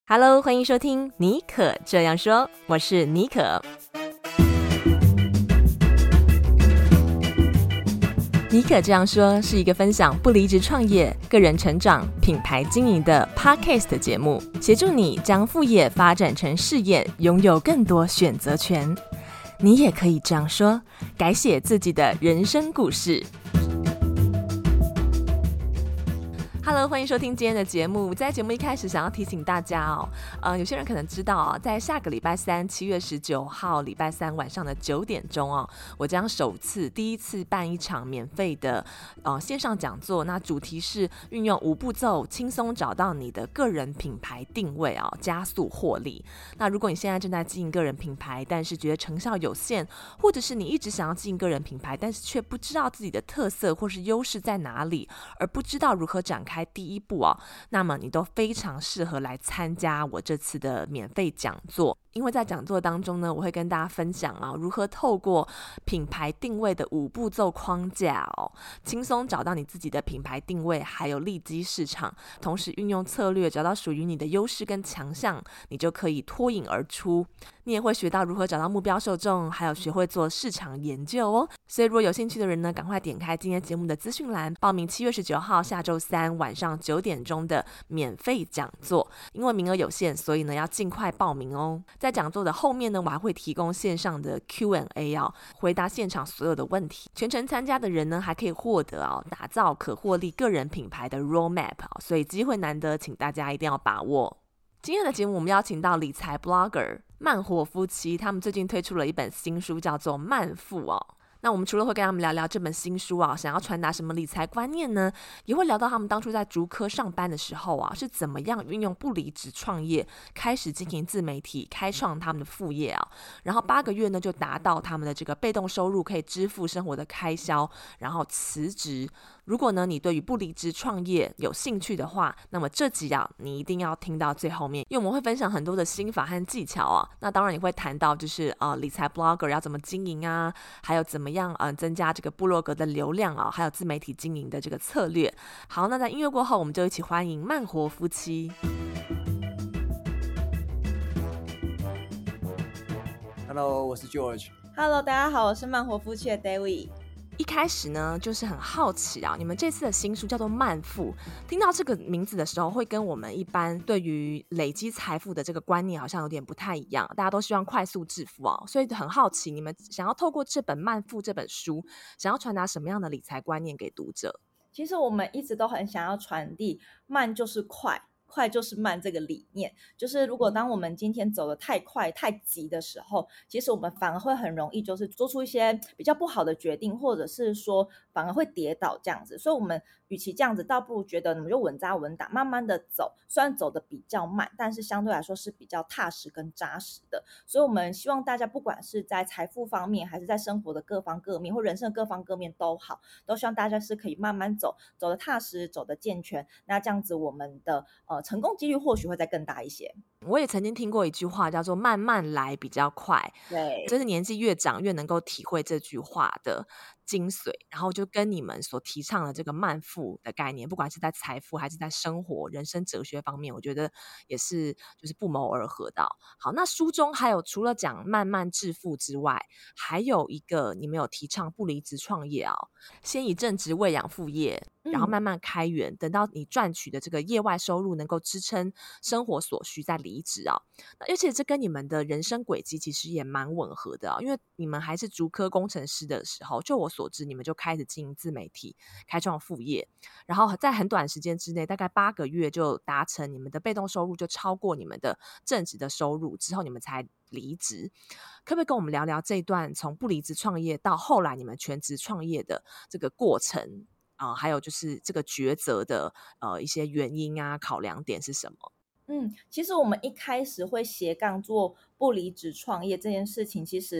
Hello， 欢迎收听妮可这样说，我是妮可。妮可这样说是一个分享不离职创业、个人成长、品牌经营的 Podcast 节目，协助你将副业发展成事业，拥有更多选择权。你也可以这样说，改写自己的人生故事。Hello， 欢迎收听今天的节目。在节目一开始，想要提醒大家有些人可能知道在下个礼拜三，7月19号礼拜三晚上的9点钟我将第一次办一场免费的线上讲座。那主题是运用5步骤，轻松找到你的个人品牌定位加速获利。那如果你现在正在经营个人品牌，但是觉得成效有限，或者是你一直想要经营个人品牌，但是却不知道自己的特色或是优势在哪里，而不知道如何展开第一步那么你都非常适合来参加我这次的免费讲座。因为在讲座当中呢，我会跟大家分享如何透过品牌定位的5步骤框架轻松找到你自己的品牌定位，还有利基市场，同时运用策略找到属于你的优势跟强项，你就可以脱颖而出。你也会学到如何找到目标受众，还有学会做市场研究所以如果有兴趣的人呢，赶快点开今天节目的资讯栏，报名7月19号下周三晚上9点钟的免费讲座。因为名额有限，所以呢要尽快报名在讲座的后面呢，我还会提供线上的 Q&A 回答现场所有的问题。全程参加的人呢，还可以获得打造可获利个人品牌的 Roadmap 所以机会难得，请大家一定要把握。今天的节目我们邀请到理财 Blogger 慢活夫妻，他们最近推出了一本新书，叫做《慢富》那我们除了会跟他们聊聊这本新书想要传达什么理财观念呢，也会聊到他们当初在竹科上班的时候是怎么样运用不离职创业，开始经营自媒体，开创他们的副业然后8个月呢就达到他们的这个被动收入，可以支付生活的开销，然后辞职。如果呢你对于不离职创业有兴趣的话，那么这集你一定要听到最后面，因为我们会分享很多的心法和技巧那当然也会谈到就是理财 blogger 要怎么经营还有怎么样增加这个部落格的流量还有自媒体经营的这个策略。好，那在音乐过后，我们就一起欢迎慢活夫妻。 Hello， 我是 George。 Hello， 大家好，我是慢活夫妻的 David。 一开始呢，就是很好奇你们这次的新书叫做《慢富》，听到这个名字的时候，会跟我们一般对于累积财富的这个观念好像有点不太一样。大家都希望快速致富所以很好奇，你们想要透过这本《慢富》这本书，想要传达什么样的理财观念给读者？ 其实我们一直都很想要传递慢就是快，快就是慢这个理念。就是如果当我们今天走得太快太急的时候，其实我们反而会很容易就是做出一些比较不好的决定，或者是说反而会跌倒这样子。所以我们与其这样子，倒不如觉得我们就稳扎稳打，慢慢的走，虽然走得比较慢，但是相对来说是比较踏实跟扎实的。所以我们希望大家不管是在财富方面，还是在生活的各方各面，或人生的各方各面都好，都希望大家是可以慢慢走，走得踏实，走得健全。那这样子我们的成功几率或许会再更大一些。 我也曾经听过一句话叫做慢慢来比较快， 对， 就是年纪越长越能够体会这句话的精髓，然后就跟你们所提倡的这个慢富的概念，不管是在财富还是在生活人生哲学方面，我觉得也是就是不谋而合的。好，那书中还有除了讲慢慢致富之外，还有一个你们有提倡不离职创业先以正职喂养副业，然后慢慢开源，等到你赚取的这个业外收入能够支撑生活所需再离职而且这跟你们的人生轨迹其实也蛮吻合的因为你们还是竹科工程师的时候，就我所知你们就开始经营自媒体，开创副业，然后在很短时间之内，大概8个月就达成你们的被动收入就超过你们的正职的收入，之后你们才离职。可不可以跟我们聊聊这一段从不离职创业到后来你们全职创业的这个过程还有就是这个抉择的一些原因考量点是什么？ 其实我们一开始会斜杠做不离职创业这件事情，其实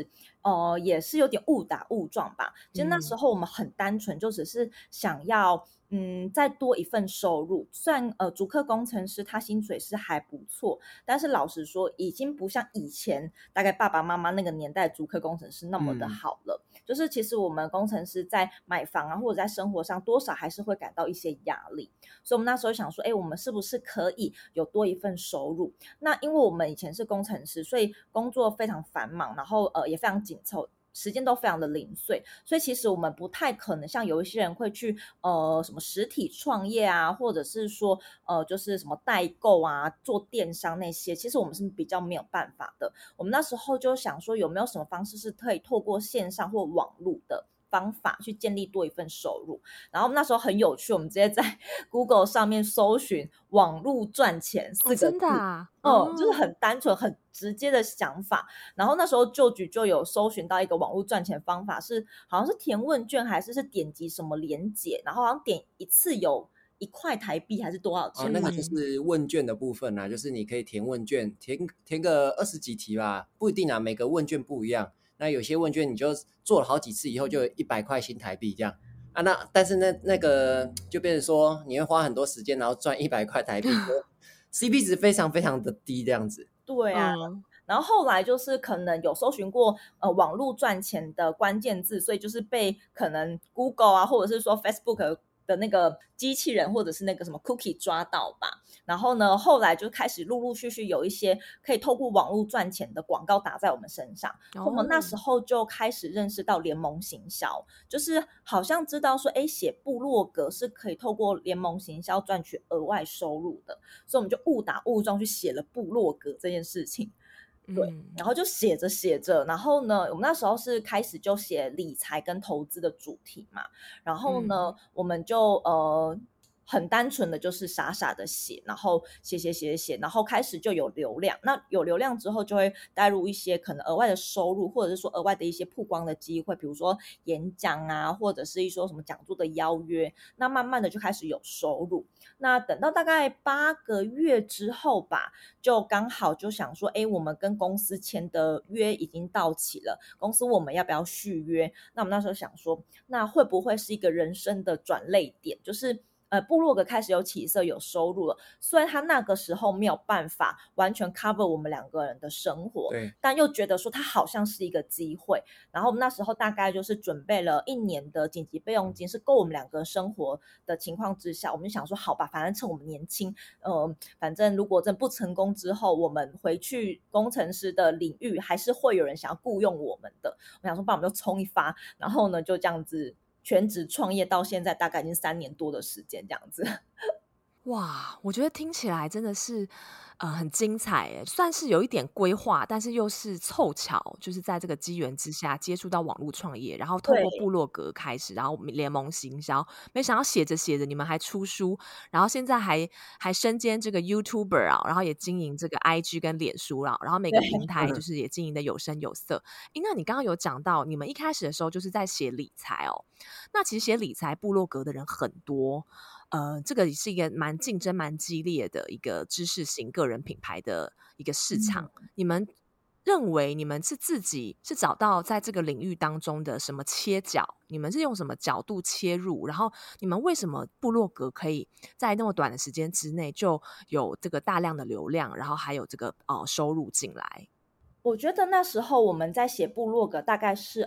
也是有点误打误撞吧。其实那时候我们很单纯，就只是想要再多一份收入。虽然竹科工程师他薪水是还不错，但是老实说已经不像以前大概爸爸妈妈那个年代竹科工程师那么的好了。就是其实我们工程师在买房啊或者在生活上多少还是会感到一些压力，所以我们那时候想说我们是不是可以有多一份收入。那因为我们以前是工程师，所以工作非常繁忙，然后也非常紧凑，时间都非常的零碎，所以其实我们不太可能像有一些人会去什么实体创业啊，或者是说就是什么代购啊，做电商那些，其实我们是比较没有办法的。我们那时候就想说有没有什么方式是可以透过线上或网络的方法去建立多一份收入。然后那时候很有趣，我们直接在 Google 上面搜寻网络赚钱4个字， 真的啊， 就是很单纯很直接的想法。然后那时候就局就有搜寻到一个网络赚钱方法，是好像是填问卷还是点击什么连结，然后好像点一次有1块台币还是多少钱？ 那个就是问卷的部分啊，就是你可以填问卷，填个20几题吧，不一定啊，每个问卷不一样。那有些问卷你就做了好几次以后，就有100块新台币这样啊。但是那个就变成说你会花很多时间，然后赚100块台币，CP 值非常非常的低这样子。 对啊。然后后来就是可能有搜寻过网络赚钱的关键字，所以就是被可能 Google 啊或者是说 Facebook 的那个机器人或者是那个什么 cookie 抓到吧。然后呢后来就开始陆陆续续有一些可以透过网络赚钱的广告打在我们身上，我们那时候就开始认识到联盟行销，就是好像知道说写部落格是可以透过联盟行销赚取额外收入的，所以我们就误打误撞去写了部落格这件事情。对，然后就写着写着，然后呢我们那时候是开始就写理财跟投资的主题嘛，然后呢我们就很单纯的就是傻傻的写，然后写，然后开始就有流量。那有流量之后就会带入一些可能额外的收入，或者是说额外的一些曝光的机会，比如说演讲啊，或者是一说什么讲座的邀约，那慢慢的就开始有收入。那等到大概8个月之后吧，就刚好就想说我们跟公司签的约已经到期了，公司问我们要不要续约。那我们那时候想说那会不会是一个人生的转捩点，就是部落格开始有起色有收入了，虽然他那个时候没有办法完全 cover 我们2个人的生活，但又觉得说他好像是一个机会。然后我们那时候大概就是准备了1年的紧急备用金，是够我们2个生活的情况之下，我们就想说好吧，反正趁我们年轻，反正如果真不成功之后，我们回去工程师的领域还是会有人想要雇佣我们的。我想说帮我们就冲一发，然后呢就这样子全职创业到现在大概已经3年多的时间这样子。 哇，我觉得听起来真的是很精彩耶，算是有一点规划，但是又是凑巧，就是在这个机缘之下接触到网络创业，然后透过部落格开始，然后联盟行销，没想到写着写着你们还出书，然后现在还身兼这个 YouTuber 啊，然后也经营这个 IG 跟脸书啊，然后每个平台就是也经营的有声有色。那你刚刚有讲到你们一开始的时候就是在写理财哦，那其实写理财部落格的人很多，这个是一个蛮竞争蛮激烈的一个知识型个人品牌的一个市场。你们认为你们是自己是找到在这个领域当中的什么切角？你们是用什么角度切入？然后你们为什么部落格可以在那么短的时间之内就有这个大量的流量，然后还有这个收入进来？ 我觉得那时候我们在写部落格大概是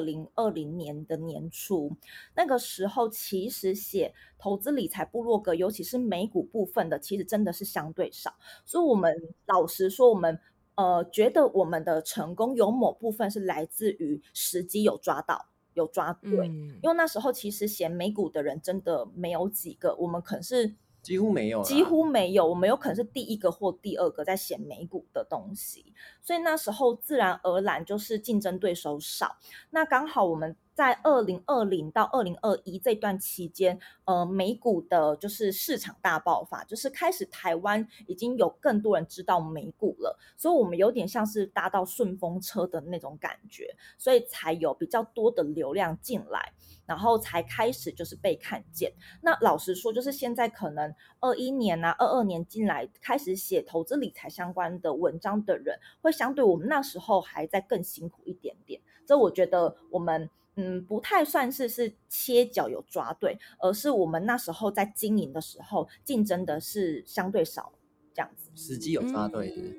2020年的年初，那个时候其实写投资理财部落格，尤其是美股部分的，其实真的是相对少。所以我们老实说，我们觉得我们的成功有某部分是来自于时机有抓到有抓对，因为那时候其实写美股的人真的没有几个，我们可能是几乎没有， 我们有可能是第1个或第2个在写美股的东西，所以那时候自然而然就是竞争对手少。那刚好我们在2020到2021这段期间，美股的就是市场大爆发，就是开始台湾已经有更多人知道美股了，所以我们有点像是搭到顺风车的那种感觉，所以才有比较多的流量进来，然后才开始就是被看见。那老实说，就是现在可能21年啊22年进来开始写投资理财相关的文章的人，会相对我们那时候还在更辛苦一点点， 这我觉得我们不太算是切角有抓对，而是我们那时候在经营的时候竞争的是相对少这样子。 时机有抓对，是不是？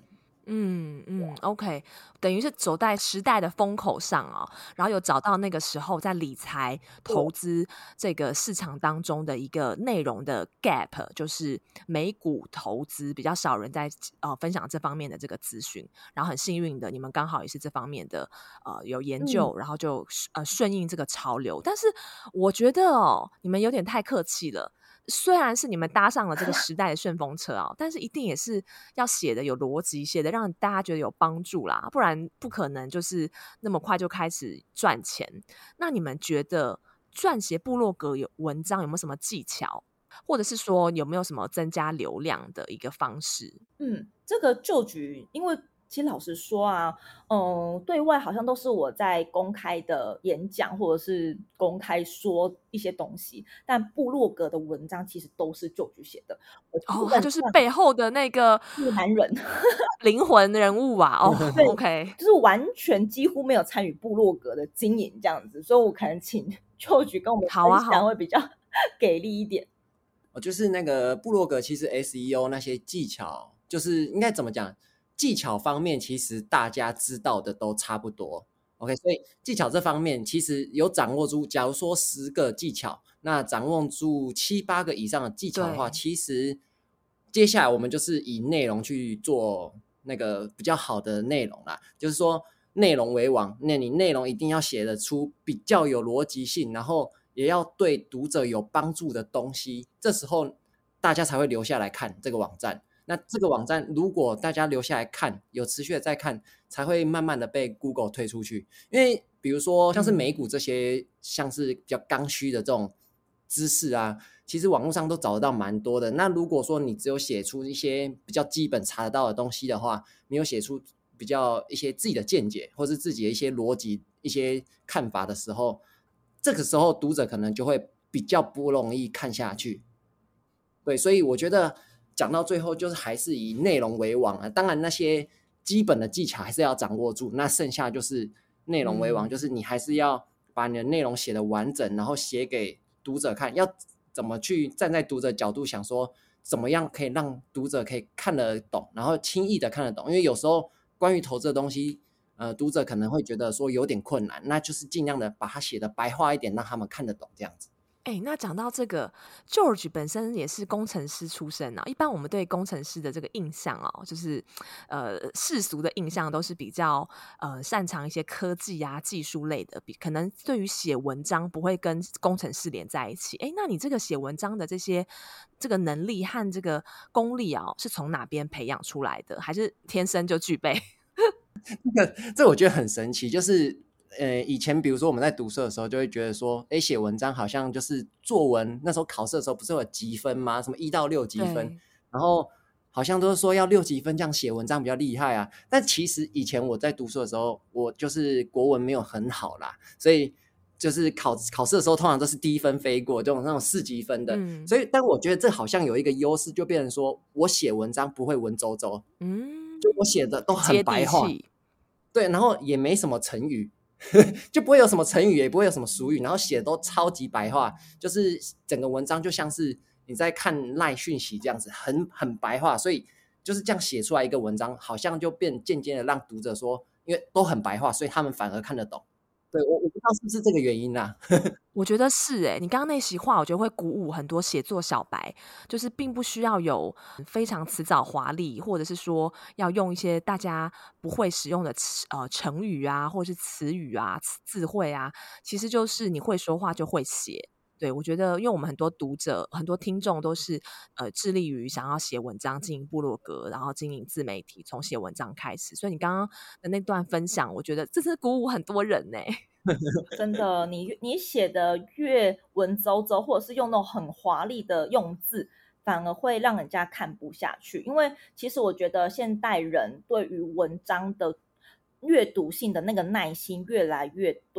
OK， 等于是走在时代的风口上哦，然后有找到那个时候在理财投资这个市场当中的一个内容的 gap， 就是美股投资比较少人在分享这方面的这个资讯，然后很幸运的你们刚好也是这方面的有研究，然后就顺应这个潮流。但是我觉得你们有点太客气了。虽然是你们搭上了这个时代的顺风车但是一定也是要写的有逻辑，写的让大家觉得有帮助啦，不然不可能就是那么快就开始赚钱。那你们觉得撰写部落格文章有没有什么技巧，或者是说有没有什么增加流量的一个方式？ 这个就局，因为其实老实说对外好像都是我在公开的演讲或者是公开说一些东西，但部落格的文章其实都是就局写的。 他就是背后的那个男人灵魂人物啊OK， 就是完全几乎没有参与部落格的经营这样子，所以我可能请就局跟我们分享会比较给力一点。 就是那个部落格其实 SEO 那些技巧，就是应该怎么讲，技巧方面其实大家知道的都差不多 OK， 所以技巧这方面其实有掌握住，假如说10个技巧，那掌握住7、8个以上的技巧的话，其实接下来我们就是以内容去做那个比较好的内容啦，就是说内容为王，那你内容一定要写得出比较有逻辑性，然后也要对读者有帮助的东西，这时候大家才会留下来看这个网站。那这个网站如果大家留下来看，有持续的在看，才会慢慢的被 Google 推出去。因为比如说像是美股这些像是比较刚需的这种知识啊，其实网络上都找得到蛮多的。那如果说你只有写出一些比较基本查得到的东西的话，没有写出比较一些自己的见解或是自己的一些逻辑一些看法的时候，这个时候读者可能就会比较不容易看下去。对，所以我觉得讲到最后就是还是以内容为王啊，当然那些基本的技巧还是要掌握住，那剩下就是内容为王，就是你还是要把你的内容写得完整，然后写给读者看，要怎么去站在读者角度想说怎么样可以让读者可以看得懂，然后轻易的看得懂。因为有时候关于投资的东西读者可能会觉得说有点困难，那就是尽量的把它写得白话一点，让他们看得懂这样子。 那讲到这个 George 本身也是工程师出身一般我们对工程师的这个印象就是世俗的印象都是比较擅长一些科技啊技术类的，可能对于写文章不会跟工程师连在一起。那你这个写文章的这个能力和这个功力是从哪边培养出来的，还是天生就具备？ 这我觉得很神奇，就是以前比如说我们在读书的时候就会觉得说写文章好像就是作文，那时候考试的时候不是有积分吗？什么1到6级分，然后好像都是说要6级分这样写文章比较厉害啊。但其实以前我在读书的时候，我就是国文没有很好啦，所以就是考试的时候通常都是低分飞过，这种那种4级分的。所以但我觉得这好像有一个优势，就变成说我写文章不会文绉绉，就我写的都很白话，对，然后也没什么成语就不会有什么成语，也不会有什么俗语，然后写的都超级白话，就是整个文章就像是你在看赖讯息这样子，很白话，所以就是这样写出来一个文章，好像就变渐渐的让读者说，因为都很白话，所以他们反而看得懂。对，我不知道是不是这个原因啦我觉得是你刚刚那席话我觉得会鼓舞很多写作小白，就是并不需要有非常辞藻华丽，或者是说要用一些大家不会使用的成语啊，或者是词语啊字汇啊，其实就是你会说话就会写。对，我觉得因为我们很多读者很多听众都是致力于想要写文章经营部落格，然后经营自媒体，从写文章开始，所以你刚刚的那段分享我觉得这是鼓舞很多人真的，你写的越文绉绉，或者是用那种很华丽的用字，反而会让人家看不下去。因为其实我觉得现代人对于文章的阅读性的那个耐心越来越短，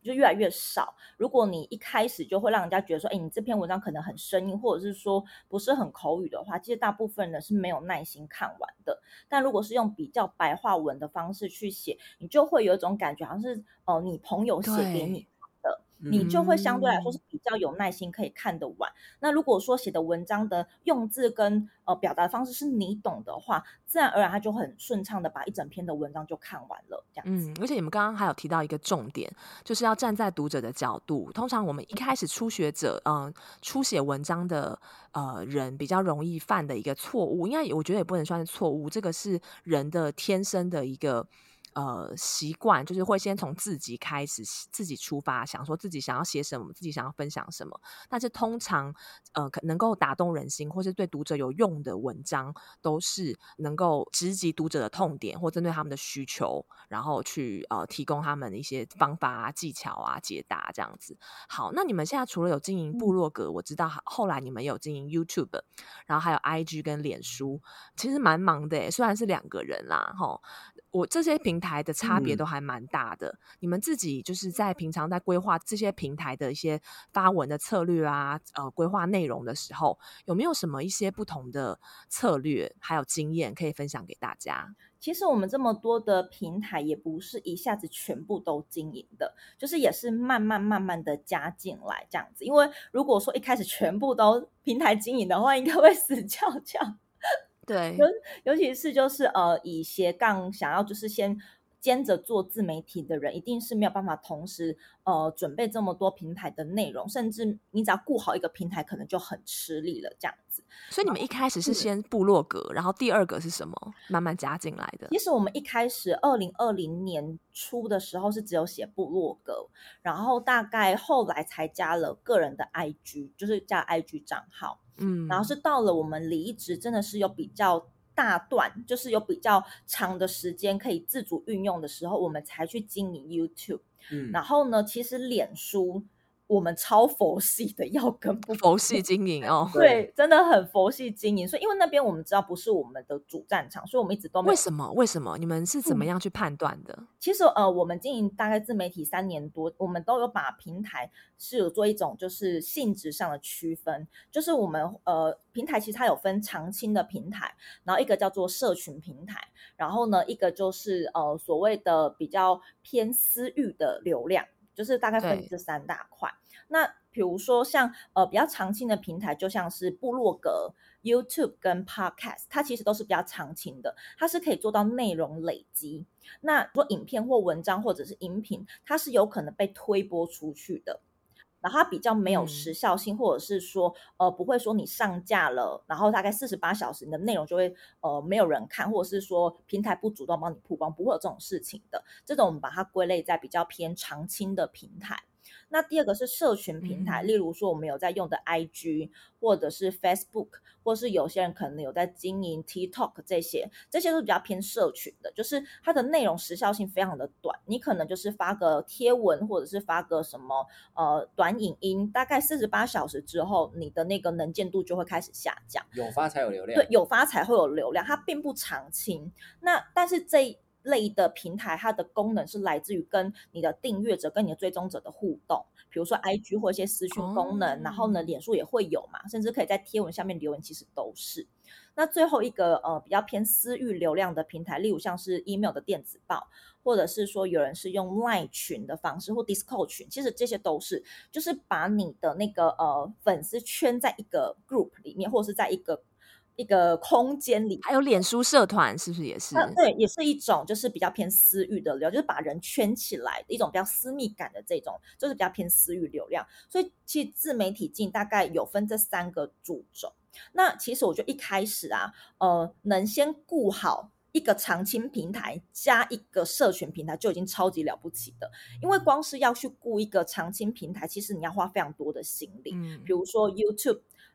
就越来越少。如果你一开始就会让人家觉得说，你这篇文章可能很生硬，或者是说不是很口语的话，其实大部分人是没有耐心看完的。但如果是用比较白话文的方式去写，你就会有一种感觉，好像是你朋友写给你的，你就会相对来说是比较有耐心可以看得完。那如果说写的文章的用字跟表达的方式是你懂的话，自然而然他就很顺畅的把一整篇的文章就看完了，这样子。 而且你们刚刚还有提到一个重点，就是要站在读者的角度。通常我们一开始初学者，初写文章的人比较容易犯的一个错误，应该我觉得也不能算是错误，这个是人的天生的一个习惯，就是会先从自己开始，自己出发，想说自己想要写什么，自己想要分享什么。但是通常能够打动人心或是对读者有用的文章，都是能够直击读者的痛点或针对他们的需求，然后去提供他们一些方法啊、技巧啊、解答这样子。好，那你们现在除了有经营部落格，我知道后来你们有经营 YouTube， 然后还有 IG 跟脸书，其实蛮忙的耶，虽然是2个人啦，我这些平台的差别都还蛮大的。你们自己就是在平常在规划这些平台的一些发文的策略啊，规划内容的时候，有没有什么一些不同的策略还有经验可以分享给大家？ 其实我们这么多的平台也不是一下子全部都经营的，就是也是慢慢的加进来这样子。因为如果说一开始全部都平台经营的话，应该会死翘翘。 对， 尤其是就是以斜杠想要就是先兼着做自媒体的人，一定是没有办法同时准备这么多平台的内容，甚至你只要顾好一个平台，可能就很吃力了这样子。 所以你们一开始是先部落格，然后第2个是什么？慢慢加进来的。 其实我们一开始2020年初的时候是只有写部落格，然后大概后来才加了个人的 IG， 就是加 IG 账号。然后是到了我们离职真的是有比较大段，就是有比较长的时间可以自主运用的时候，我们才去经营 YouTube。然后呢，其实脸书我们超佛系的，要跟不佛系经营哦。 对，真的很佛系经营。所以因为那边我们知道不是我们的主战场，所以我们一直都没有。 为什么你们是怎么样去判断的？ 其实我们经营大概自媒体3年多，我们都有把平台是有做一种就是性质上的区分，就是我们平台其实它有分长青的平台，然后一个叫做社群平台，然后呢一个就是所谓的比较偏私域的流量，就是大概分这3大块。那比如说像比较长青的平台，就像是部落格、YouTube 跟 Podcast， 它其实都是比较长青的，它是可以做到内容累积。那说影片或文章或者是音频，它是有可能被推播出去的，然后它比较没有时效性，或者是说不会说你上架了，然后大概48小时你的内容就会没有人看，或者是说平台不主动帮你曝光，不会有这种事情的。这种我们把它归类在比较偏长青的平台。那第2个是社群平台，例如说我们有在用的 IG 或者是 Facebook， 或是有些人可能有在经营 TikTok， 这些都是比较偏社群的，就是它的内容时效性非常的短，你可能就是发个贴文或者是发个什么短影音，大概48小时之后你的那个能见度就会开始下降。 有发才有流量。 对，有发才会有流量，它并不长青。那但是这一类的平台，它的功能是来自于跟你的订阅者跟你的追踪者的互动，比如说 IG 或一些私讯功能，然后呢脸书也会有嘛，甚至可以在贴文下面留言，其实都是。那最后一个比较偏私域流量的平台，例如像是 email 的电子报，或者是说有人是用 LINE 群的方式或 Discord 群，其实这些都是就是把你的那个粉丝圈在一个 group 里面，或者是在一个空间里。 还有脸书社团是不是也是？ 对，也是一种就是比较偏私域的流量，就是把人圈起来的一种比较私密感的这种，就是比较偏私域流量。所以其实自媒体经营大概有分这3个主轴。那其实我觉得一开始啊，能先顾好一个长青平台加一个社群平台就已经超级了不起的，因为光是要去顾一个长青平台，其实你要花非常多的心力。比如说 YouTube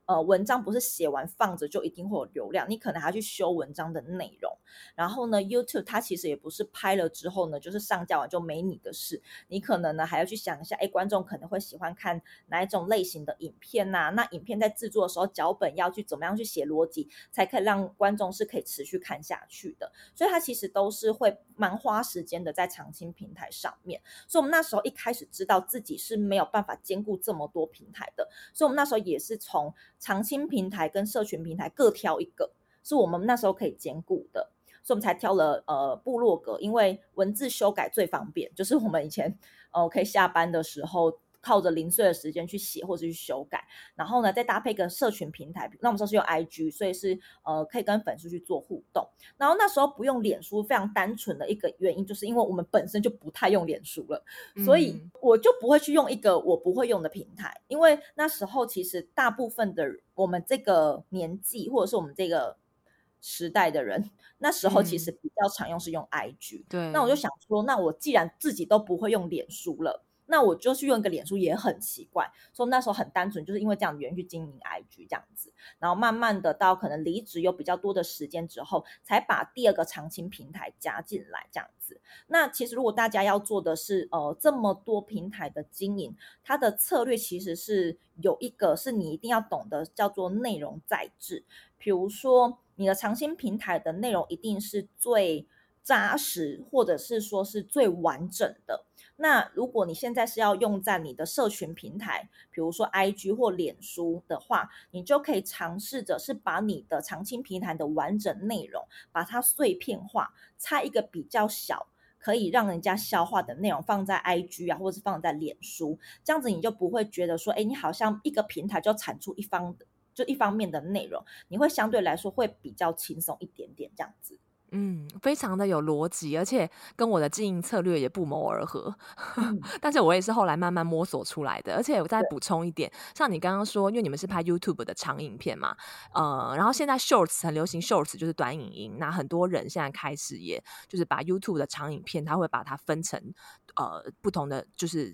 文章不是写完放着就一定会有流量，你可能还要去修文章的内容。然后呢 YouTube 它其实也不是拍了之后呢就是上架完就没你的事，你可能呢还要去想一下，观众可能会喜欢看哪一种类型的影片啊，那影片在制作的时候脚本要去怎么样去写逻辑，才可以让观众是可以持续看下去的。所以它其实都是会蛮花时间的在长青平台上面。所以我们那时候一开始知道自己是没有办法兼顾这么多平台的，所以我们那时候也是从长青平台跟社群平台各挑一个是我们那时候可以兼顾的，所以我们才挑了部落格，因为文字修改最方便，就是我们以前可以下班的时候靠着零碎的时间去写或者去修改，然后呢再搭配一个社群平台，那我们说是用 IG， 所以是可以跟粉丝去做互动。然后那时候不用脸书非常单纯的一个原因，就是因为我们本身就不太用脸书了，所以我就不会去用一个我不会用的平台，因为那时候其实大部分的我们这个年纪或者是我们这个时代的人，那时候其实比较常用是用 IG， 对， 那我就想说，那我既然自己都不会用脸书了，那我就去用一个脸书也很奇怪，所以那时候很单纯就是因为这样的原因去经营 IG 这样子，然后慢慢的到可能离职有比较多的时间之后，才把第二个长青平台加进来这样子。那其实如果大家要做的是这么多平台的经营，它的策略其实是有一个是你一定要懂得叫做内容再制，比如说你的长青平台的内容一定是最扎实或者是说是最完整的，那如果你现在是要用在你的社群平台，比如说 IG 或脸书的话，你就可以尝试着是把你的长青平台的完整内容把它碎片化，拆一个比较小可以让人家消化的内容放在 IG 啊，或者是放在脸书，这样子你就不会觉得说你好像一个平台就产出一方面的内容，你会相对来说会比较轻松一点点这样子。 非常的有逻辑，而且跟我的经营策略也不谋而合。 嗯但是我也是后来慢慢摸索出来的。而且我再补充一点，像你刚刚说，因为你们是拍 YouTube 的长影片嘛，然后现在 Shorts 很流行 Shorts 就是短影音，那很多人现在开始也就是把 YouTube 的长影片，他会把它分成不同的就是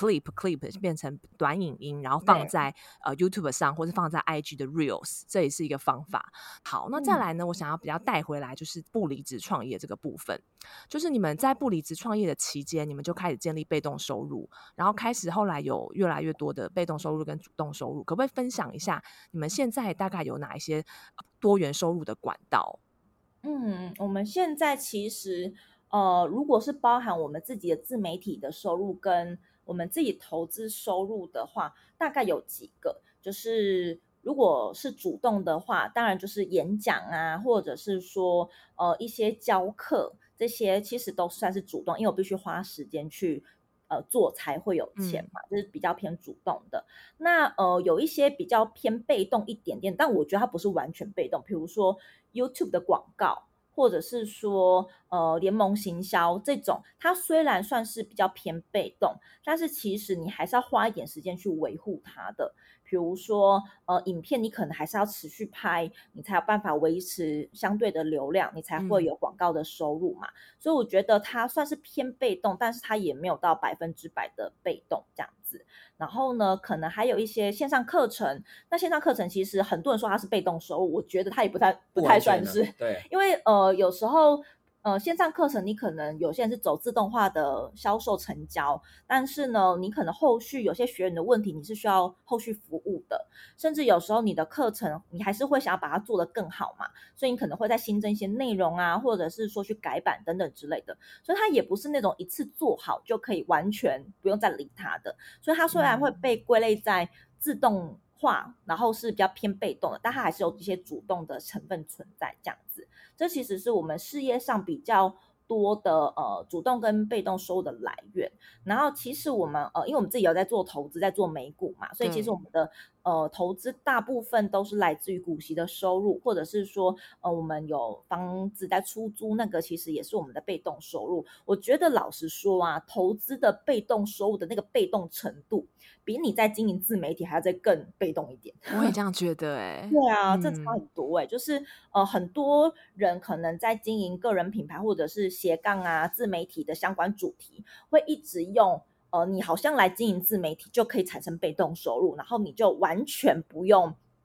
clip 变成短影音，然后放在YouTube 上，或是放在 IG 的 Reels， 这也是一个方法。好，那再来呢，我想要比较带回来就是不离职创业这个部分，就是你们在不离职创业的期间，你们就开始建立被动收入，然后开始后来有越来越多的被动收入跟主动收入，可不可以分享一下你们现在大概有哪一些多元收入的管道？ 我们现在其实如果是包含我们自己的自媒体的收入跟我们自己投资收入的话，大概有几个，就是如果是主动的话，当然就是演讲啊，或者是说一些教课，这些其实都算是主动，因为我必须花时间去做才会有钱嘛，就是比较偏主动的。那有一些比较偏被动一点点，但我觉得它不是完全被动，比如说 YouTube 的广告，或者是说联盟行销这种，它虽然算是比较偏被动，但是其实你还是要花一点时间去维护它的。比如说影片你可能还是要持续拍，你才有办法维持相对的流量，你才会有广告的收入嘛。所以我觉得它算是偏被动，但是它也没有到100%的被动这样子。然后呢，可能还有一些线上课程，那线上课程其实很多人说它是被动收入，我觉得它也不太算是， 对， 因为有时候线上课程你可能有些人是走自动化的销售成交，但是呢你可能后续有些学员的问题你是需要后续服务的，甚至有时候你的课程你还是会想要把它做得更好嘛，所以你可能会再新增一些内容啊，或者是说去改版等等之类的，所以它也不是那种一次做好就可以完全不用再理它的，所以它虽然会被归类在自动化，然后是比较偏被动的，但它还是有一些主动的成分存在这样子。这其实是我们事业上比较多的主动跟被动收入的来源。然后其实我们因为我们自己有在做投资，在做美股嘛，所以其实我们的投资大部分都是来自于股息的收入，或者是说我们有房子在出租，那个其实也是我们的被动收入。我觉得老实说啊，投资的被动收入的那个被动程度，比你在经营自媒体还要再更被动一点。 我也这样觉得对啊，这差很多就是很多人可能在经营个人品牌或者是斜杠啊自媒体的相关主题，会一直用你好像来经营自媒体就可以产生被动收入，然后你就完全不用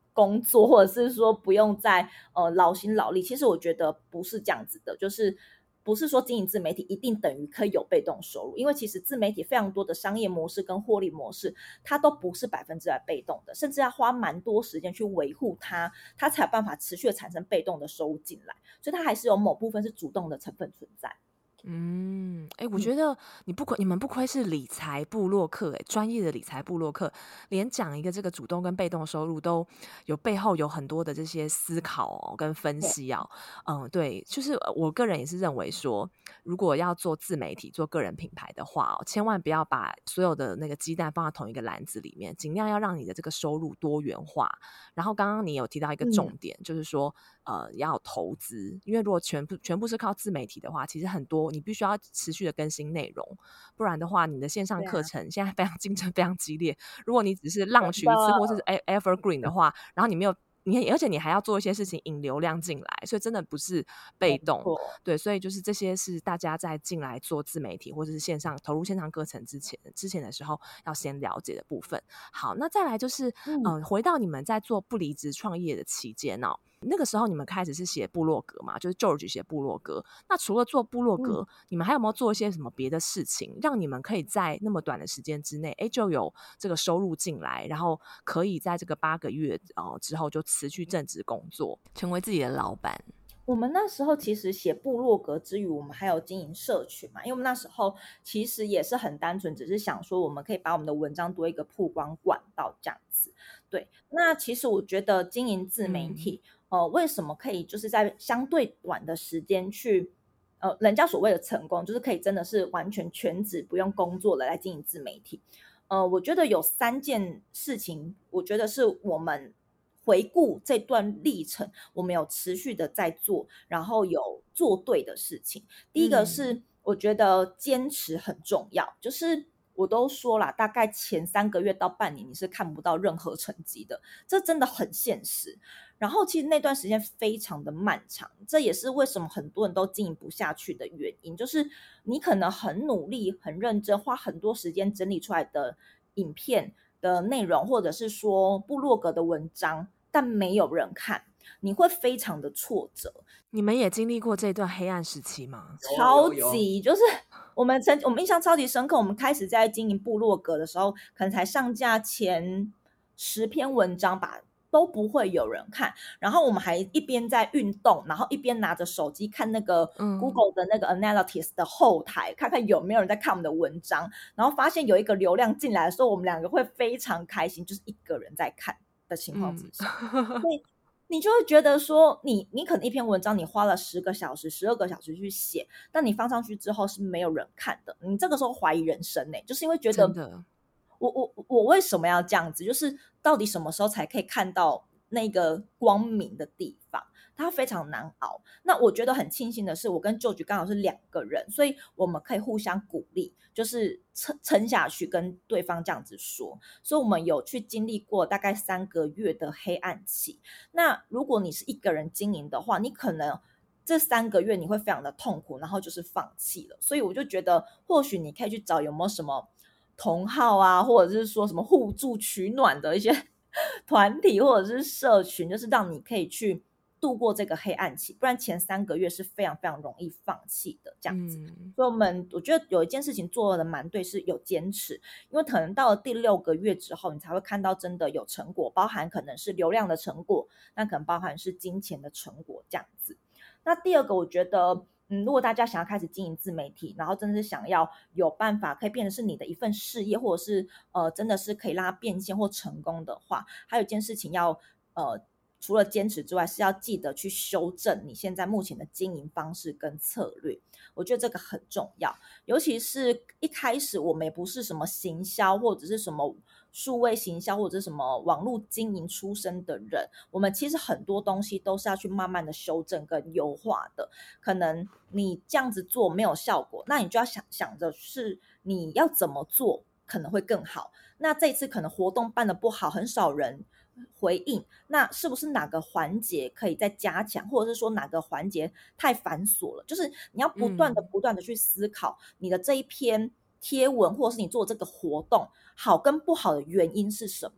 工作，或者是说不用再劳心劳力。其实我觉得不是这样子的，就是不是说经营自媒体一定等于可以有被动收入，因为其实自媒体非常多的商业模式跟获利模式，它都不是100%被动的，甚至要花蛮多时间去维护它，它才有办法持续的产生被动的收入进来，所以它还是有某部分是主动的成分存在。 我觉得你们不愧是理财部落客，专业的理财部落客，连讲一个这个主动跟被动收入都有背后有很多的这些思考跟分析哦。对，就是我个人也是认为说，如果要做自媒体、做个人品牌的话千万不要把所有的那个鸡蛋放在同一个篮子里面，尽量要让你的这个收入多元化。然后刚刚你有提到一个重点，就是说要投资，因为如果全部是靠自媒体的话，其实很多你必须要持续的更新内容，不然的话你的线上课程现在非常竞争非常激烈，如果你只是launch一次或是 evergreen 的话，然后你没有而且你还要做一些事情引流量进来，所以真的不是被动。对，所以就是这些是大家在进来做自媒体或者是投入线上课程之前的时候要先了解的部分。好，那再来就是回到你们在做不离职创业的期间那个时候你们开始是写部落格嘛，就是 George 写部落格。那除了做部落格，你们还有没有做一些什么别的事情，让你们可以在那么短的时间之内就有这个收入进来，然后可以在这个8个月之后就辞去正职工作，成为自己的老板？ 我们那时候其实写部落格之余，我们还有经营社群嘛，因为我们那时候其实也是很单纯，只是想说我们可以把我们的文章多一个曝光管道这样子。对，那其实我觉得经营自媒体为什么可以就是在相对短的时间去人家所谓的成功，就是可以真的是完全全职不用工作的来经营自媒体。我觉得有3件事情，我觉得是我们回顾这段历程，我们有持续的在做，然后有做对的事情。第一个是我觉得坚持很重要，就是我都说啦，大概前3个月到半年你是看不到任何成绩的，这真的很现实。然后其实那段时间非常的漫长，这也是为什么很多人都经营不下去的原因，就是你可能很努力很认真，花很多时间整理出来的影片的内容，或者是说部落格的文章，但没有人看，你会非常的挫折。 你们也经历过这段黑暗时期吗？ 超级，就是我们印象超级深刻，我们开始在经营部落格的时候，可能才上架前10篇文章吧，都不会有人看，然后我们还一边在运动，然后一边拿着手机看那个 Google 的那个 Analytics 的后台，看看有没有人在看我们的文章，然后发现有一个流量进来的时候，我们2个会非常开心，就是1个人在看的情况之下，所以你就会觉得说你可能一篇文章你花了10个小时12个小时去写，但你放上去之后是没有人看的，你这个时候怀疑人生就是因为觉得我为什么要这样子，就是到底什么时候才可以看到那个光明的地方，它非常难熬。那我觉得很庆幸的是，我跟George刚好是2个人，所以我们可以互相鼓励，就是撑下去，跟对方这样子说。所以我们有去经历过大概3个月的黑暗期。那如果你是一个人经营的话，你可能这3个月你会非常的痛苦，然后就是放弃了。所以我就觉得或许你可以去找有没有什么同好啊，或者是说什么互助取暖的一些团体或者是社群，就是让你可以去度过这个黑暗期，不然前3个月是非常非常容易放弃的这样子。所以我觉得有一件事情做的蛮对，是有坚持，因为可能到了第6个月之后，你才会看到真的有成果，包含可能是流量的成果，那可能包含是金钱的成果这样子。那第2个我觉得如果大家想要开始经营自媒体，然后真的是想要有办法可以变成是你的一份事业，或者是真的是可以让它变现或成功的话，还有一件事情要除了坚持之外，是要记得去修正你现在目前的经营方式跟策略，我觉得这个很重要。尤其是一开始我们也不是什么行销或者是什么数位行销或者是什么网络经营出身的人，我们其实很多东西都是要去慢慢的修正跟优化的。可能你这样子做没有效果，那你就要想着是你要怎么做可能会更好。那这一次可能活动办得不好，很少人回应，那是不是哪个环节可以再加强，或者是说哪个环节太繁琐了，就是你要不断的去思考你的这一篇贴文或者是你做这个活动好跟不好的原因是什么，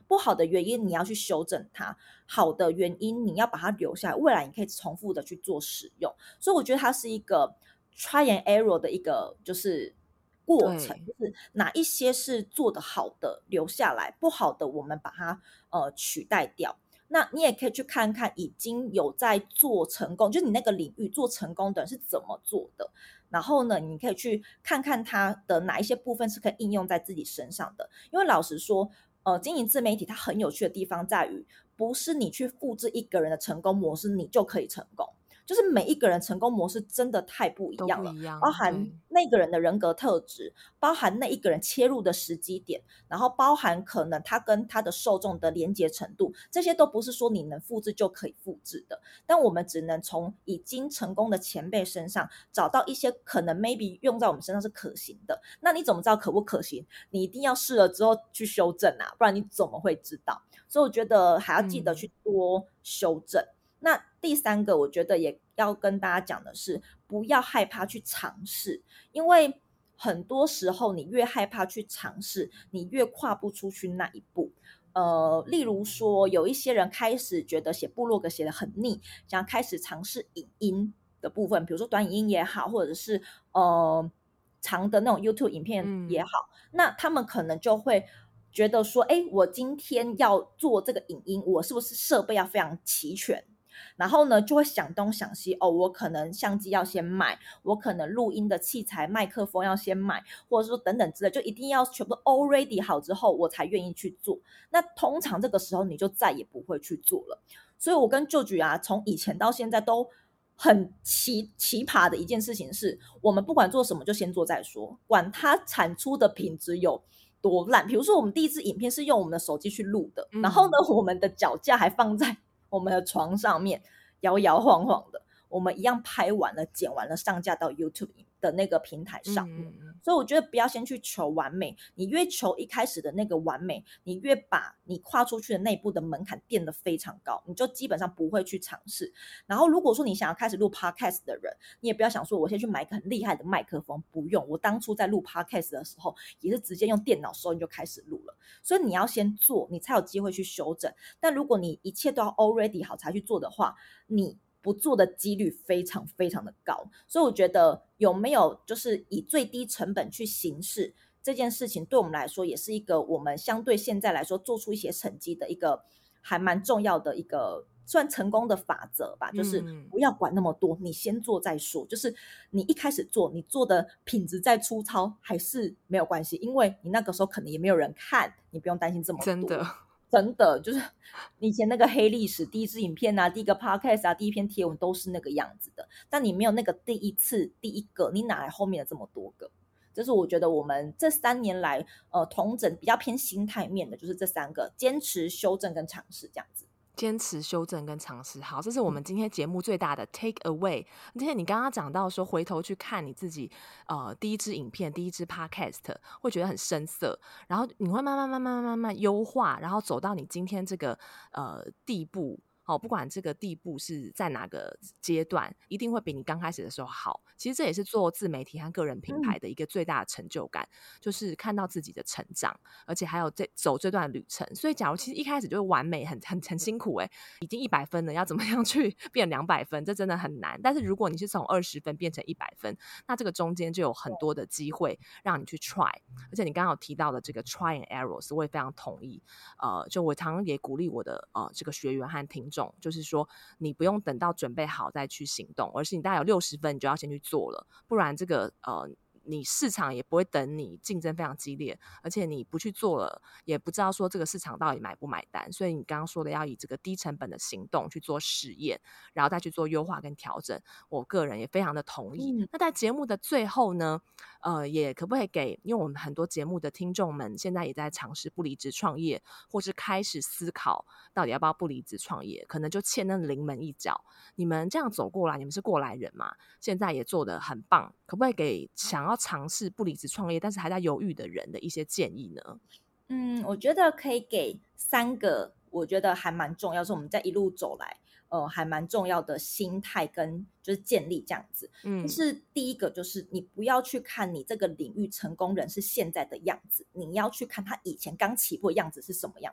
不好的原因你要去修正它，好的原因你要把它留下来，未来你可以重复的去做使用。所以我觉得它是一个 try and error 的一个就是过程，就是哪一些是做得好的留下来，不好的我们把它取代掉。那你也可以去看看已经有在做成功，就是你那个领域做成功的人是怎么做的，然后呢你可以去看看他的哪一些部分是可以应用在自己身上的。因为老实说经营自媒体它很有趣的地方在于，不是你去复制一个人的成功模式你就可以成功，就是每一个人成功模式真的太不一样了，包含那个人的人格特质，包含那一个人切入的时机点，然后包含可能他跟他的受众的连结程度，这些都不是说你能复制就可以复制的。但我们只能从已经成功的前辈身上找到一些可能 maybe 用在我们身上是可行的。那你怎么知道可不可行？你一定要试了之后去修正啊，不然你怎么会知道？所以我觉得还要记得去多修正。那第三个我觉得也要跟大家讲的是，不要害怕去尝试，因为很多时候你越害怕去尝试，你越跨不出去那一步。例如说有一些人开始觉得写部落格写得很腻，想要开始尝试影音的部分，比如说短影音也好，或者是长的那种 YouTube 影片也好，那他们可能就会觉得说，我今天要做这个影音，我是不是设备要非常齐全？然后呢就会想东想西，我可能相机要先买，我可能录音的器材麦克风要先买，或者说等等之类，就一定要全部 all ready 好之后我才愿意去做。那通常这个时候你就再也不会去做了。所以我跟舅舅啊从以前到现在都很奇葩的一件事情是，我们不管做什么就先做再说，管它产出的品质有多烂。比如说我们第一支影片是用我们的手机去录的，然后呢我们的脚架还放在我们的床上面摇摇晃晃的，我们一样拍完了剪完了上架到 YouTube 的那个平台上面。所以我觉得不要先去求完美，你越求一开始的那个完美，你越把你跨出去的那一步的门槛垫得非常高，你就基本上不会去尝试。然后如果说你想要开始录 podcast 的人，你也不要想说我先去买一个很厉害的麦克风，不用，我当初在录 podcast 的时候也是直接用电脑收音就开始录了。所以你要先做，你才有机会去修正。但如果你一切都要 already 好才去做的话，你不做的几率非常非常的高。所以我觉得有没有就是以最低成本去行事这件事情，对我们来说也是一个我们相对现在来说做出一些成绩的一个还蛮重要的一个算成功的法则吧。就是不要管那么多，你先做再说。就是你一开始做，你做的品质再粗糙还是没有关系，因为你那个时候可能也没有人看，你不用担心这么多。真的就是以前那个黑历史，第一支影片啊，第一个 podcast 啊，第一篇贴文都是那个样子的，但你没有那个第一次第一个，你哪来后面的这么多个？这是我觉得我们这3年来统整比较偏心态面的，就是这3个：坚持、修正跟尝试这样子。 坚持、修正跟尝试。好，这是我们今天节目最大的 take away。而且你刚刚讲到说，回头去看你自己第一支影片、第一支 podcast， 会觉得很生涩，然后你会慢慢优化，然后走到你今天这个地步。不管这个地步是在哪个阶段，一定会比你刚开始的时候好。其实这也是做自媒体和个人品牌的一个最大的成就感，就是看到自己的成长，而且还有走这段旅程。所以假如其实一开始就是完美很辛苦已经100分了，要怎么样去变200分，这真的很难。但是如果你是从20分变成100分，那这个中间就有很多的机会让你去 try。 而且你刚刚有提到的这个 try and errors， 我也非常同意。就我常常也鼓励我的这个学员和听众，就是说你不用等到准备好再去行动，而是你大概有60分你就要先去做了，不然这个你市场也不会等你，竞争非常激烈，而且你不去做了也不知道说这个市场到底买不买单。所以你刚刚说的要以这个低成本的行动去做实验，然后再去做优化跟调整，我个人也非常的同意。那在节目的最后呢也可不可以给，因为我们很多节目的听众们现在也在尝试不离职创业，或是开始思考到底要不要不离职创业，可能就欠那临门一脚。你们这样走过来，你们是过来人嘛，现在也做得很棒，可不可以给想要尝试不离职创业但是还在犹豫的人的一些建议呢？ 我觉得可以给3个我觉得还蛮重要，是我们在一路走来还蛮重要的心态跟就是建立这样子。就是第一个就是你不要去看你这个领域成功人是现在的样子，你要去看他以前刚起步的样子是什么样的。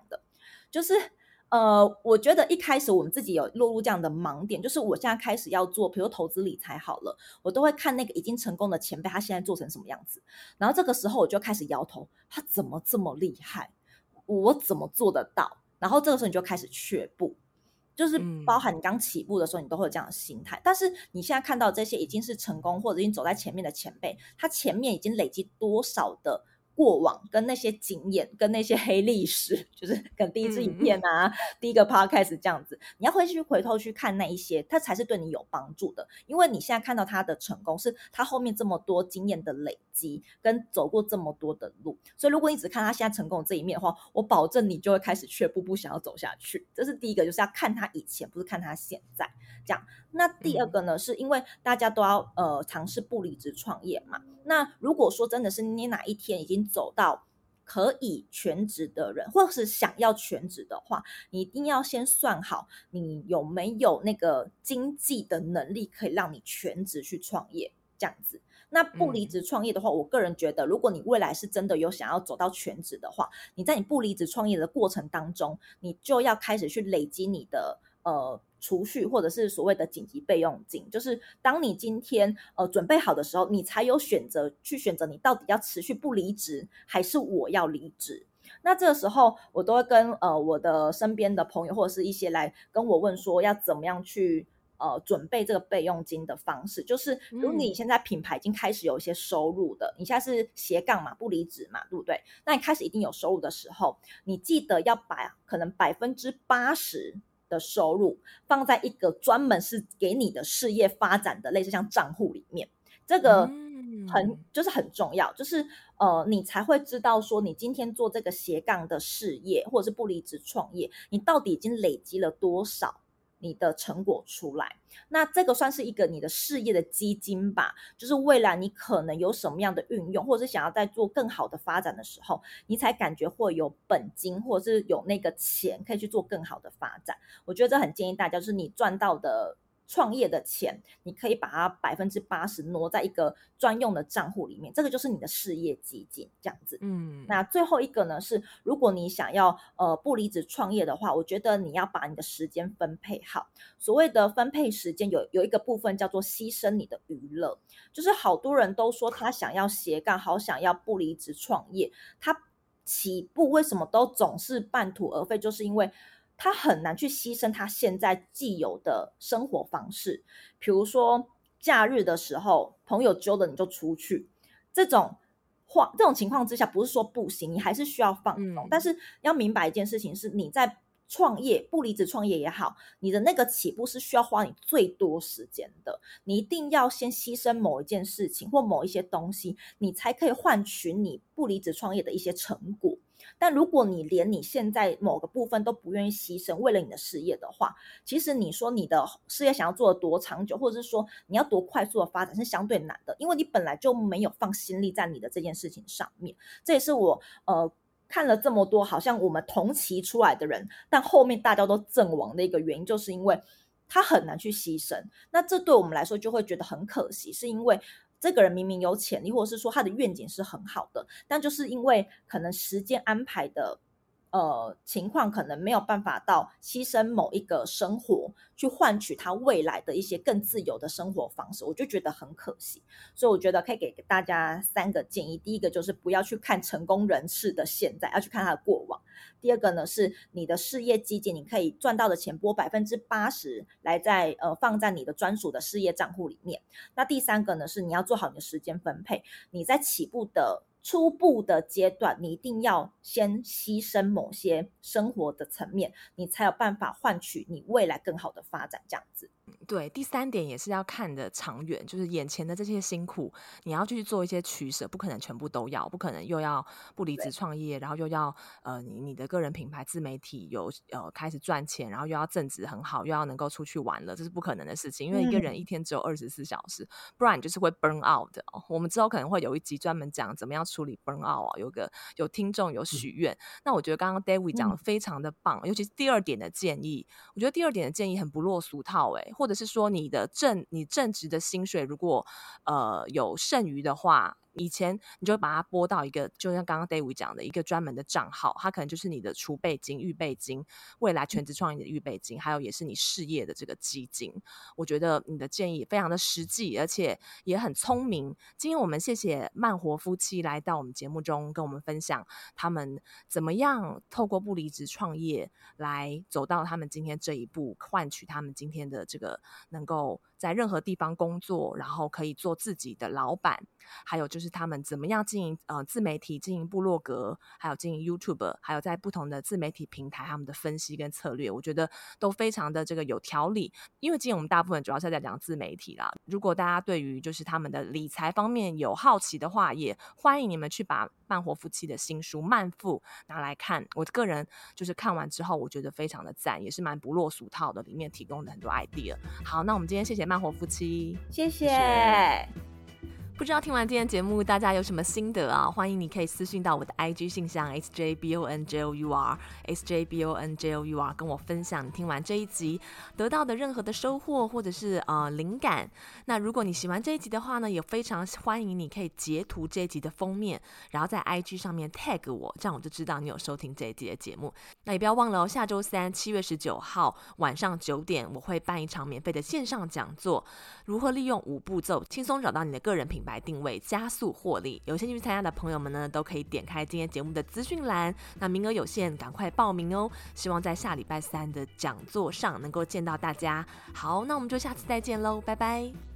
就是我觉得一开始我们自己有落入这样的盲点，就是我现在开始要做，比如投资理财好了，我都会看那个已经成功的前辈，他现在做成什么样子，然后这个时候我就开始摇头，他怎么这么厉害，我怎么做得到？然后这个时候你就开始却步，就是包含你刚起步的时候，你都会有这样的心态。但是你现在看到这些已经是成功或者已经走在前面的前辈，他前面已经累积多少的过往跟那些经验跟那些黑历史，就是跟第一支影片啊、第一个 podcast 这样子，你要回头去看那一些，它才是对你有帮助的。因为你现在看到他的成功，是他后面这么多经验的累积跟走过这么多的路，所以如果你只看他现在成功的这一面的话，我保证你就会开始却步，不想要走下去。这是第一个，就是要看他以前，不是看他现在这样。那第二个呢，是因为大家都要尝试不离职创业嘛。那如果说真的是你哪一天已经走到可以全职的人，或者是想要全职的话，你一定要先算好你有没有那个经济的能力可以让你全职去创业这样子。那不离职创业的话，我个人觉得，如果你未来是真的有想要走到全职的话，你在你不离职创业的过程当中，你就要开始去累积你的储蓄或者是所谓的紧急备用金，就是当你今天准备好的时候，你才有选择你到底要持续不离职，还是我要离职。那这个时候我都会跟我的身边的朋友或者是一些来跟我问说要怎么样去准备这个备用金的方式，就是如果你现在品牌已经开始有一些收入的，你现在是斜杠嘛，不离职嘛，对不对？那你开始一定有收入的时候，你记得要把可能80%的收入放在一个专门是给你的事业发展的类似像账户里面，这个很重要，就是你才会知道说你今天做这个斜杠的事业或者是不离职创业，你到底已经累积了多少你的成果出来。那这个算是一个你的事业的基金吧，就是未来你可能有什么样的运用，或者是想要在做更好的发展的时候，你才感觉会有本金或者是有那个钱可以去做更好的发展。我觉得这很建议大家，就是你赚到的创业的钱，你可以把它80%挪在一个专用的账户里面，这个就是你的事业基金这样子。那最后一个呢是，如果你想要不离职创业的话，我觉得你要把你的时间分配好。所谓的分配时间有一个部分叫做牺牲你的娱乐，就是好多人都说他想要斜杠，好想要不离职创业，他起步为什么都总是半途而废，就是因为他很难去牺牲他现在既有的生活方式，比如说假日的时候朋友揪的你就出去，这种情况之下不是说不行，你还是需要放松，但是要明白一件事情是，你在创业不离职创业也好，你的那个起步是需要花你最多时间的，你一定要先牺牲某一件事情或某一些东西，你才可以换取你不离职创业的一些成果。但如果你连你现在某个部分都不愿意牺牲，为了你的事业的话，其实你说你的事业想要做得多长久，或者是说你要多快速的发展是相对难的，因为你本来就没有放心力在你的这件事情上面。这也是我看了这么多好像我们同期出来的人，但后面大家都阵亡的一个原因，就是因为他很难去牺牲。那这对我们来说就会觉得很可惜，是因为这个人明明有潜力，或者是说他的愿景是很好的，但就是因为可能时间安排的情况，可能没有办法到牺牲某一个生活去换取他未来的一些更自由的生活方式，我就觉得很可惜。所以我觉得可以给大家3个建议，第一个就是不要去看成功人士的现在，要去看他的过往。第二个呢是你的事业基金，你可以赚到的钱拨80%来放在你的专属的事业账户里面。那第3个呢是你要做好你的时间分配，你在起步的初步的阶段，你一定要先牺牲某些生活的层面，你才有办法换取你未来更好的发展这样子。 对，第3点也是要看的长远，就是眼前的这些辛苦，你要去做一些取舍，不可能全部都要，不可能又要不离职创业，然后又要你的个人品牌自媒体有开始赚钱，然后又要正职很好，又要能够出去玩了，这是不可能的事情，因为一个人一天只有24小时，不然你就是会 burn out 的哦。我们之后可能会有一集专门讲怎么样处理 burn out 啊，有听众有许愿，那我觉得刚刚 David 讲的非常的棒，尤其是第2点的建议，我觉得第2点的建议很不落俗套或者是说你正职的薪水如果有剩余的话， 以前你就会把它拨到一个，就像刚刚 David 讲的一个专门的账号，它可能就是你的储备金、预备金，未来全职创业的预备金，还有也是你事业的这个基金。我觉得你的建议非常的实际，而且也很聪明。今天我们谢谢慢活夫妻来到我们节目中跟我们分享他们怎么样透过不离职创业来走到他们今天这一步，换取他们今天的这个能够在任何地方工作，然后可以做自己的老板，还有就是他们怎么样经营自媒体、经营部落格，还有经营 YouTube， 还有在不同的自媒体平台他们的分析跟策略，我觉得都非常的这个有条理。因为今天我们大部分主要是在讲自媒体啦，如果大家对于就是他们的理财方面有好奇的话，也欢迎你们去把慢活夫妻的新书《慢富》拿来看。我个人就是看完之后，我觉得非常的赞，也是蛮不落俗套的，里面提供的很多 idea。好，那我们今天谢谢慢活夫妻， 谢谢。 不知道听完今天节目大家有什么心得啊？欢迎你可以私讯到我的 IG 信箱 sjbonjour 跟我分享你听完这一集得到的任何的收获或者是灵感。那如果你喜欢这一集的话呢，也非常欢迎你可以截图这一集的封面，然后在 IG 上面 tag 我，这样我就知道你有收听这一集的节目。那也不要忘了下周三7月19号晚上9点，我会办一场免费的线上讲座，如何利用5步骤轻松找到你的个人品牌定位，加速获利。有兴趣参加的朋友们呢，都可以点开今天节目的资讯栏，那名额有限，赶快报名哦！希望在下礼拜3的讲座上能够见到大家。好，那我们就下次再见喽，拜拜。